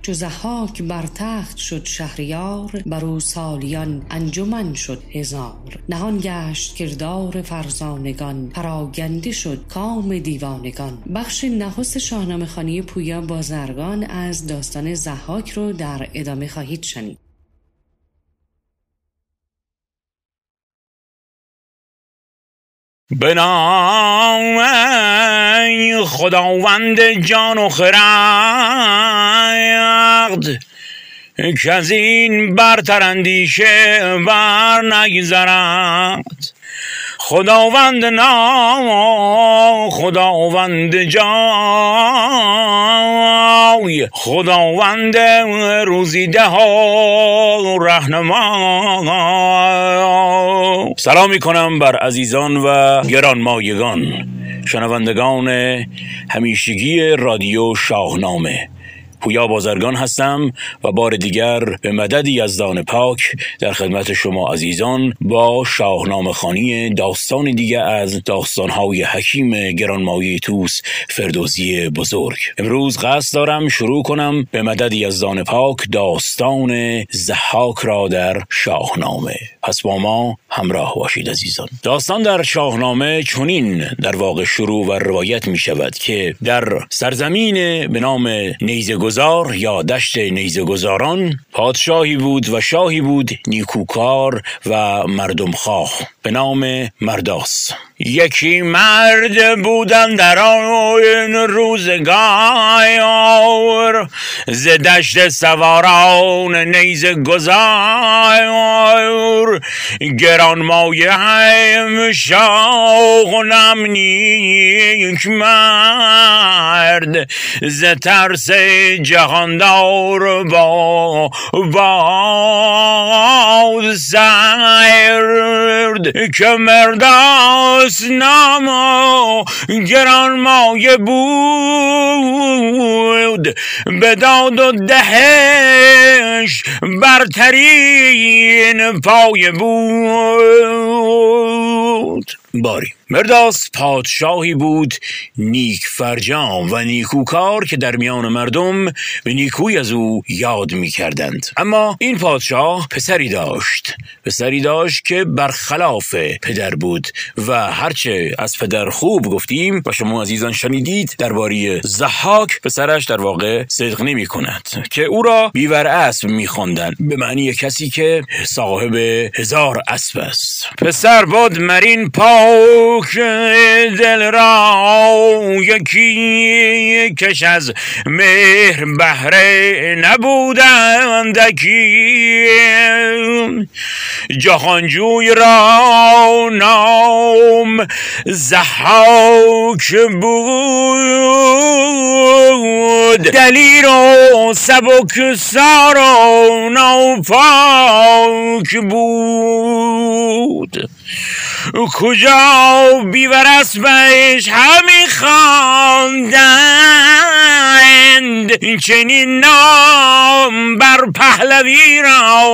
چو ضحاک بر تخت شد شهریار، بر او سالیان انجمن شد هزار. نهان گشت کردار فرزانگان، پراگنده شد کام دیوانگان. بخش نخست شاهنامه خوانی پویا بازرگان از داستان ضحاک رو در ادامه خواهید شنید. به نام خداوند جان و خرد، که از این برتر اندیشه بر نگذرد. خداوند نام خداوند جای، خداوند روزیده ها رهنما. سلام می کنم بر عزیزان و گرانمایگان شنوندگان همیشگی رادیو شاهنامه. پویا بازرگان هستم و بار دیگر به مدد یزدان پاک در خدمت شما عزیزان با شاهنامه خوانی داستان دیگر از داستان‌های حکیم گرانمایه طوس فردوسی بزرگ. امروز قصد دارم شروع کنم به مدد یزدان پاک داستان ضحاک را در شاهنامه. پس با ما همراه باشید عزیزان. داستان در شاهنامه چنین در واقع شروع و روایت می شود که در سرزمین به نام نیزه گذار یا دشت نیزه گذاران پادشاهی بود و شاهی بود نیکوکار و مردم خواه به نام مرداس. یکی مرد بودن در آن روزگار، ز دشت سواران نیزه گذار. گرانمایه هم شاه و نم نیک مرد، ز ترس جهاندار با باد سرد. که مرداس نام گرانمایه بود، به داد و دهش برترین پایه بود. باری مرداس پادشاهی بود نیک فرجام و نیکوکار که در میان مردم به نیکوی از او یاد می کردند. اما این پادشاه پسری داشت پسری داشت که برخلاف پدر بود و هرچه از پدر خوب گفتیم و شما عزیزان شنیدید درباره ضحاک، پسرش در واقع صدق نمی کند که او را بیور اسب می خواندند، به معنی کسی که صاحب هزار اسب است. پسر بود مرین پاک دل را، یکی کش از مهر بهره نبودندکی. جهانجوی را نام ضحاک بود، دلیر و سبکسار و ناپاک بود. کجا بیور اسبش همی خواندند، چنین نام بر پهلوی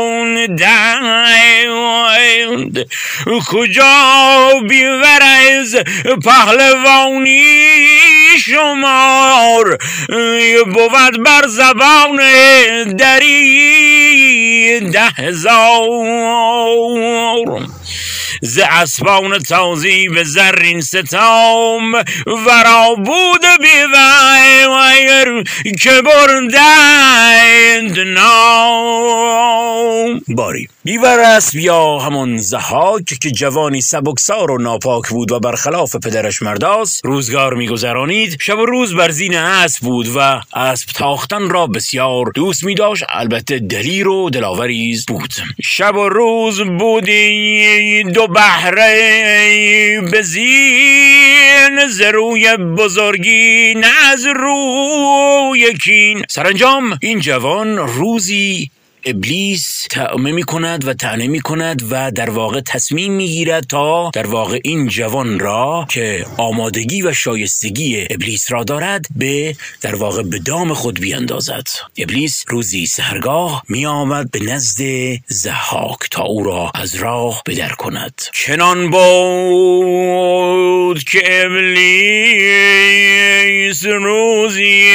راندند. کجا بیور از پهلوانی شمار، بود بر زبان دری ده هزار. ز اسبان تازی به زرین ستام، ورا بود بیور که بردند نام. باری بیور اسب یا همون ضحاک که جوانی سبکسار و ناپاک بود و برخلاف پدرش مرداس روزگار می‌گذرانید، شب و روز بر زین اسب بود و اسب تاختن را بسیار دوست می داشت. البته دلیر و دلاوریز بود. شب و روز بودی دو بهره بزین، ز روی بزرگی نه از روی کین. سرانجام این جوان روزی ابلیس طعمه می کند و طعنه می کند و در واقع تصمیم می گیرد تا در واقع این جوان را که آمادگی و شایستگی ابلیس را دارد به در واقع به دام خود بیاندازد. ابلیس روزی سحرگاه می آمد به نزد ضحاک تا او را از راه بدر کند. چنان بود که ابلیس روزی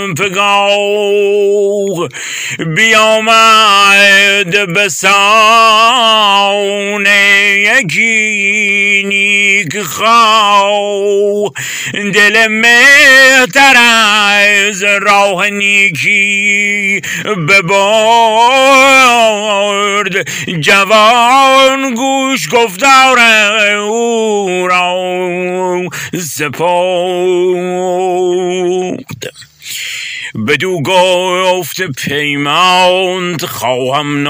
پگاه بیامد به سان یکی نیک خواه، دل مهتر از راه نیکی ببرد، جوان گوش گفتار او را سپرد. بدو گفت پیمانت خواهم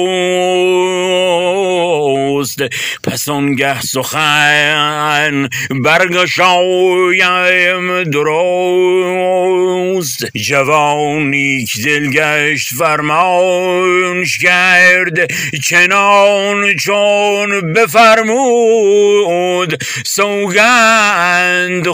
نخست، پس آنگه سخن برگشایم درست. جوانی که دل گشت فرمانش کرد، چنان چون بفرمود سوگند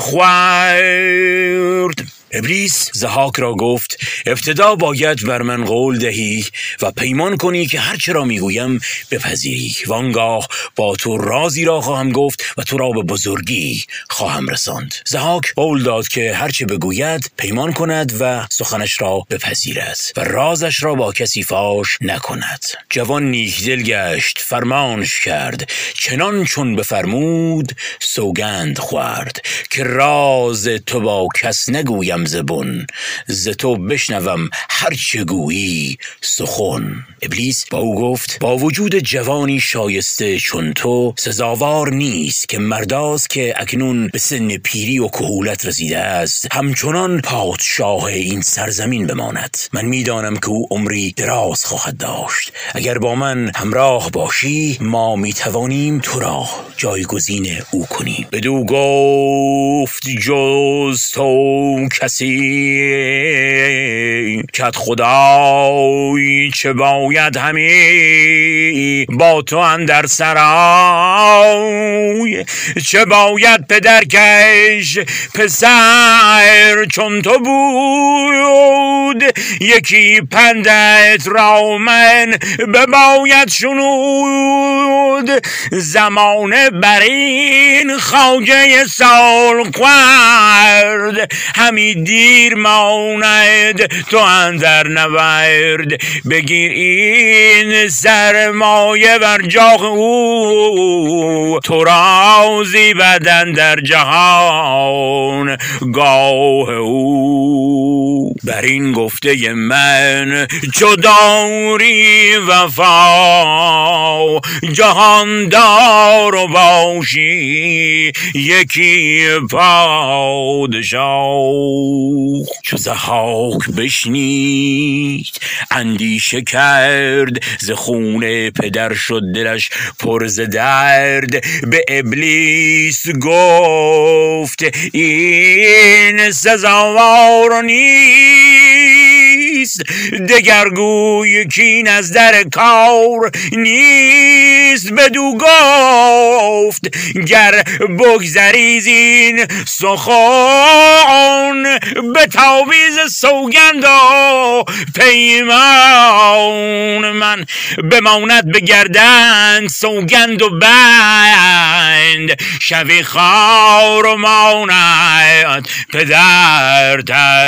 خورد. ابلیس ضحاک را گفت ابتدا باید بر من قول دهی و پیمان کنی که هر چه را میگویم بپذیری، وانگاه با تو رازی را خواهم گفت و تو را به بزرگی خواهم رساند. ضحاک قول داد که هر چه بگوید پیمان کند و سخنش را بپذیرد و رازش را با کسی فاش نکند. جوان نیک دل گشت، فرمانش کرد، چنان چون بفرمود سوگند خورد، که راز تو با کس نگویم زبون، ز تو بشنوم هر چه گویی سخن. ابلیس با او گفت با وجود جوانی شایسته چون تو سزاوار نیست که مرداست که اکنون به سن پیری و کهولت رسیده است همچنان پادشاه این سرزمین بماند. من میدانم که او عمری دراز خواهد داشت. اگر با من همراه باشی ما میتوانیم تو را جایگزین او کنیم. بدو گفت جز تو کسی کت خدای چه باید همی با تو اندر سرای، چه باید پدرکش پسر چون تو بود، یکی پندت را من بباید شنود. زمانه بر این خواجه سال خورد، همی دیر ماند تو اندر نورد. بگیر این سرمایه بر جاه او، تو رازی بدن در جهان گاه او. بر این گفته من چو داری وفا، جهاندار و باشی یکی پادشاه. چو ضحاک بشنید اندیشه کرد، ز خون پدر شد دلش پر ز درد. به ابلیس گفت این سزاوار نیست، دگرگوی کین از در کار نیست. بدو گفت گر بگذری زین سخن، به تعویذ سوگند و پیمان من بماند به گردن سوگند و بند. شوی خوار و ماند پدر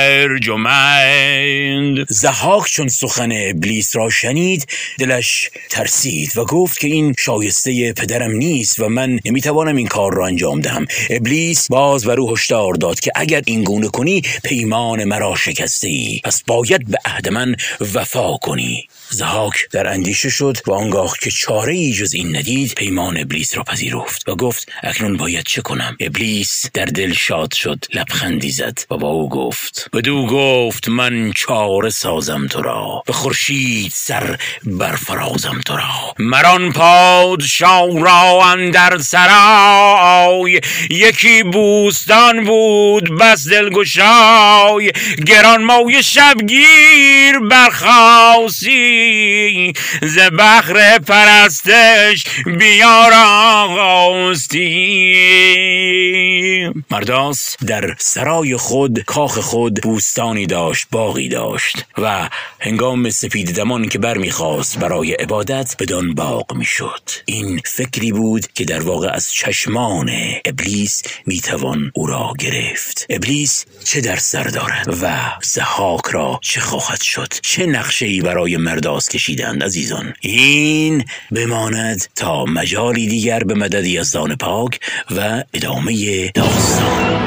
ترجمند. ضحاک چون سخن ابلیس را شنید دلش ترسید و گفت که این شایسته پدرم نیست و من نمیتوانم این کار را انجام دهم. ابلیس باز بر او هشدار داد که اگر این گونه کنی پیمان مرا شکسته ای، پس باید به عهد من وفا کنی. ضحاک در اندیشه شد و آنگاه که چاره ای جز این ندید پیمان ابلیس را پذیرفت و گفت اکنون باید چه کنم؟ ابلیس در دل شاد شد، لبخندی زد و با او گفت بدو گفت من چاره سازم تو را، به خورشید سر برفرازم تو را. مران پادشاه را اندر سرای، یکی بوستان بود بس دلگشای. گرانمایه شبگیر برخاستی، ز بحر پرستش بیاراستی. مرداس در سرای خود کاخ خود بوستانی داشت، باغی داشت و هنگام سپید دمان که برمیخواست برای عبادت بدان باغ میشد. این فکری بود که در واقع از چشمان ابلیس میتوان او را گرفت. ابلیس چه در سر دارد و ضحاک را چه خواهد شد؟ چه نقشه‌ای برای مرداس کشیدند عزیزان؟ این بماند تا مجالی دیگر به مدد یزدان پاک و ادامه داستان.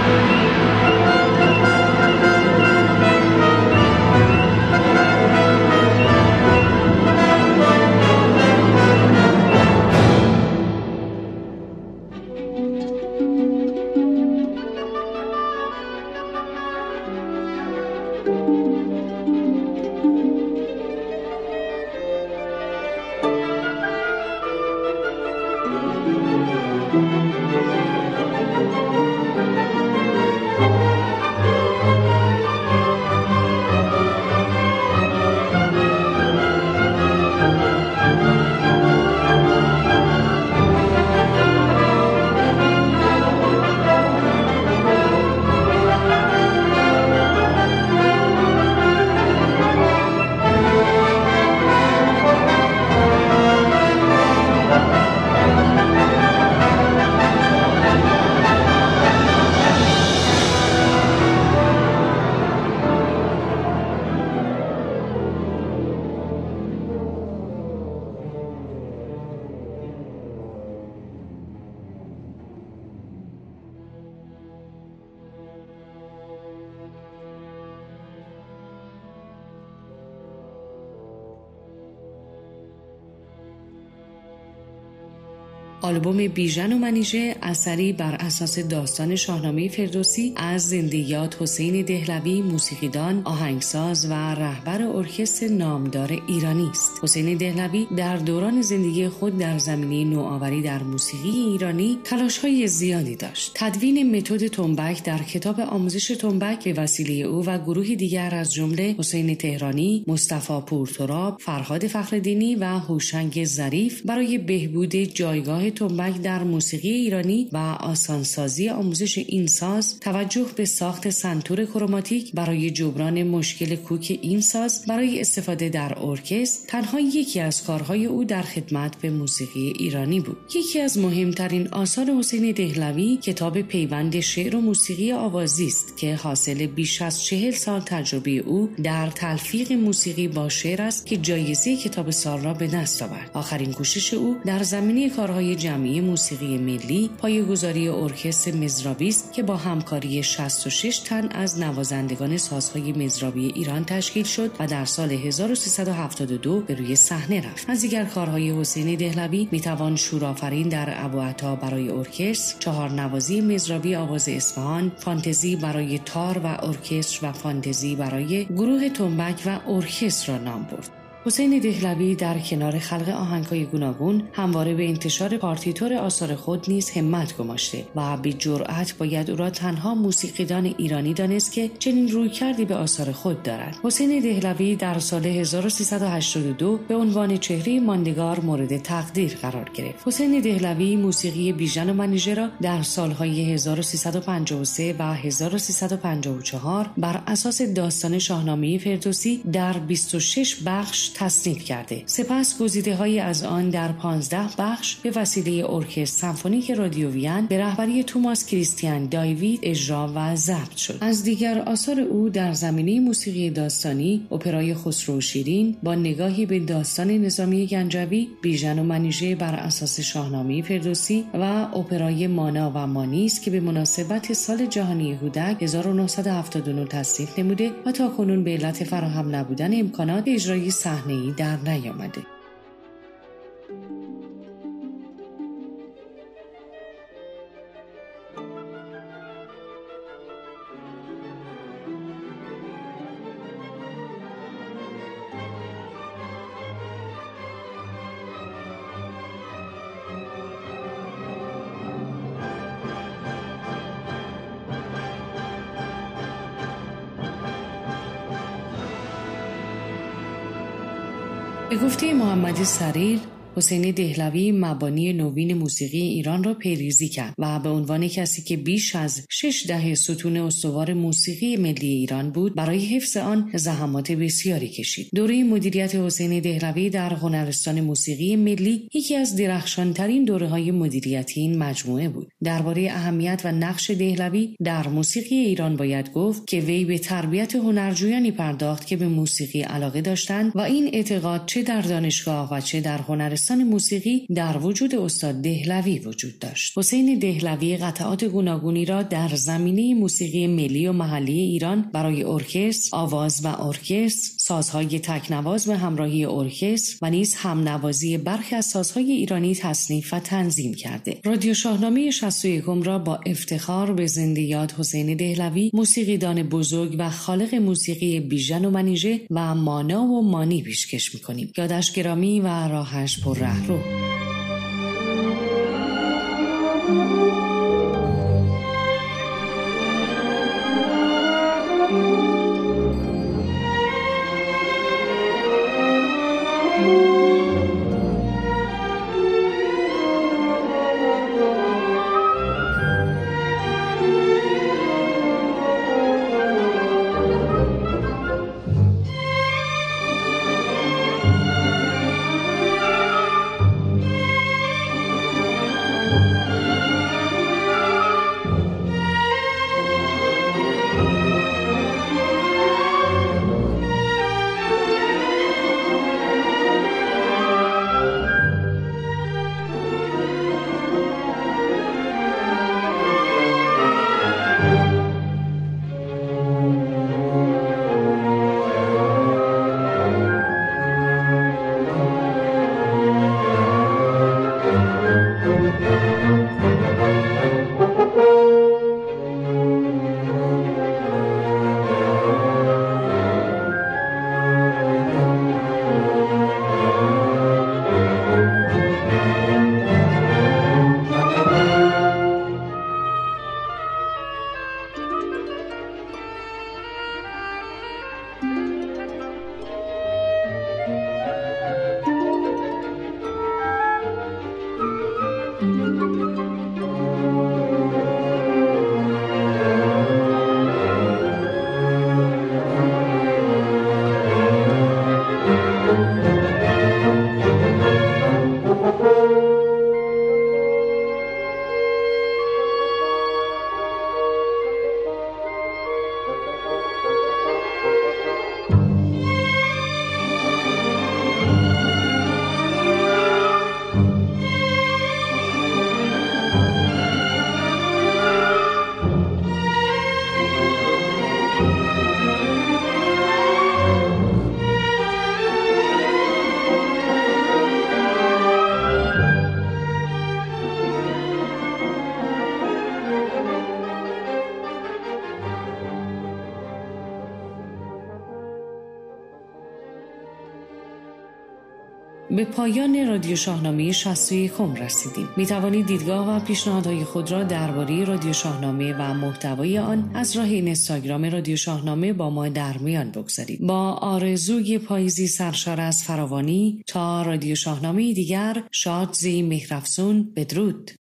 آلبوم بیژن و منیژه اثری بر اساس داستان شاهنامه فردوسی از زنده‌یاد حسین دهلوی، موسیقیدان، آهنگساز و رهبر ارکستر نامدار ایرانی است. حسین دهلوی در دوران زندگی خود در زمینه نوآوری در موسیقی ایرانی تلاش‌های زیادی داشت. تدوین متد تنبک در کتاب آموزش تنبک به وسیله او و گروهی دیگر از جمله حسین تهرانی، مصطفی پورتراب، فرهاد فخرالدینی و هوشنگ ظریف برای بهبود جایگاه تنبک در موسیقی ایرانی و آسانسازی آموزش این ساز توجه به ساخت سنتور کروماتیک برای جبران مشکل کوک این ساز برای استفاده در ارکستر تنها یکی از کارهای او در خدمت به موسیقی ایرانی بود. یکی از مهمترین آثار حسین دهلوی کتاب پیوند شعر و موسیقی آوازی است که حاصل بیش از چهل سال تجربه او در تلفیق موسیقی با شعر است که جایزه کتاب سال را به دست آورد. آخرین کوشش او در زمینه کارهای جمعی موسیقی ملی پایه‌گذاری ارکستر مزرابی است که با همکاری شصت و شش تن از نوازندگان سازهای مزرابی ایران تشکیل شد و در سال هزار و سیصد و هفتاد و دو به روی صحنه رفت. از دیگر کارهای حسین دهلوی میتوان شورآفرین در ابوعطا برای ارکستر، چهار نوازی مزرابی آواز اصفهان، فانتزی برای تار و ارکستر و فانتزی برای گروه تنبک و ارکستر را نام برد. حسین دهلوی در کنار خلق آهنگ‌های گوناگون همواره به انتشار پارتیتور آثار خود نیز همت گماشته و به جرأت باید او را تنها موسیقیدان ایرانی دانست که چنین رویکردی به آثار خود دارد. حسین دهلوی در سال هزار و سیصد و هشتاد و دو به عنوان چهره ماندگار مورد تقدیر قرار گرفت. حسین دهلوی موسیقی بیژن و منیژه را در سالهای هزار و سیصد و پنجاه و سه و هزار و سیصد و پنجاه و چهار بر اساس داستان شاهنامه فردوسی در بیست و شش بخش تصنیف کرده. سپس گزیده‌هایی از آن در پانزده بخش به وسیله ارکستر سمفونیک رادیو وین به رهبری توماس کریستیان دایوید اجرا و ضبط شد. از دیگر آثار او در زمینه موسیقی داستانی اپرای خسرو و شیرین با نگاهی به داستان نظامی گنجوی، بیژن و منیژه بر اساس شاهنامه فردوسی و اپرای مانا و مانیس که به مناسبت سال جهانی هودک هزار و نهصد و هفتاد و نه تصنیف نموده و تاکنون به علت فراهم نبودن امکانات اجرای صحنه‌ای در نیامده. به گفته محمد سریر، حسین دهلوی مبانی نوین موسیقی ایران را پیریزی کرد و به عنوان کسی که بیش از شش دهه ستون استوار موسیقی ملی ایران بود، برای حفظ آن زحمات بسیاری کشید. دوره مدیریت حسین دهلوی در هنرستان موسیقی ملی یکی از درخشانترین دوره‌های مدیریتی این مجموعه بود. درباره اهمیت و نقش دهلوی در موسیقی ایران باید گفت که وی به تربیت هنرجویانی پرداخت که به موسیقی علاقه داشتند و این اعتقاد چه در دانشگاه و چه در هنرستان موسیقی در وجود استاد دهلوی وجود داشت. حسین دهلوی قطعات گوناگونی را در زمینه موسیقی ملی و محلی ایران برای ارکستر، آواز و ارکستر، سازهای تکنواز به همراهی ارکستر و نیز همنوازی برخی از سازهای ایرانی تصنیف و تنظیم کرده. رادیو شاهنامه شصت و یک را با افتخار به زنده یاد حسین دهلوی، موسیقیدان بزرگ و خالق موسیقی بیژن و منیژه و مانا و مانی پیشکش می‌کنیم. یادش گرامی و راهش پر رهرو. به پایان رادیو شاهنامه شصت و یک رسیدیم. می توانید دیدگاه و پیشنهادهای خود را درباره رادیو شاهنامه و محتوای آن از راه اینستاگرام رادیو شاهنامه با ما در میان بگذارید. با آرزوی پاییزی سرشار از فراوانی تا رادیو شاهنامه دیگر، شاد زی مهرافزون، بدرود.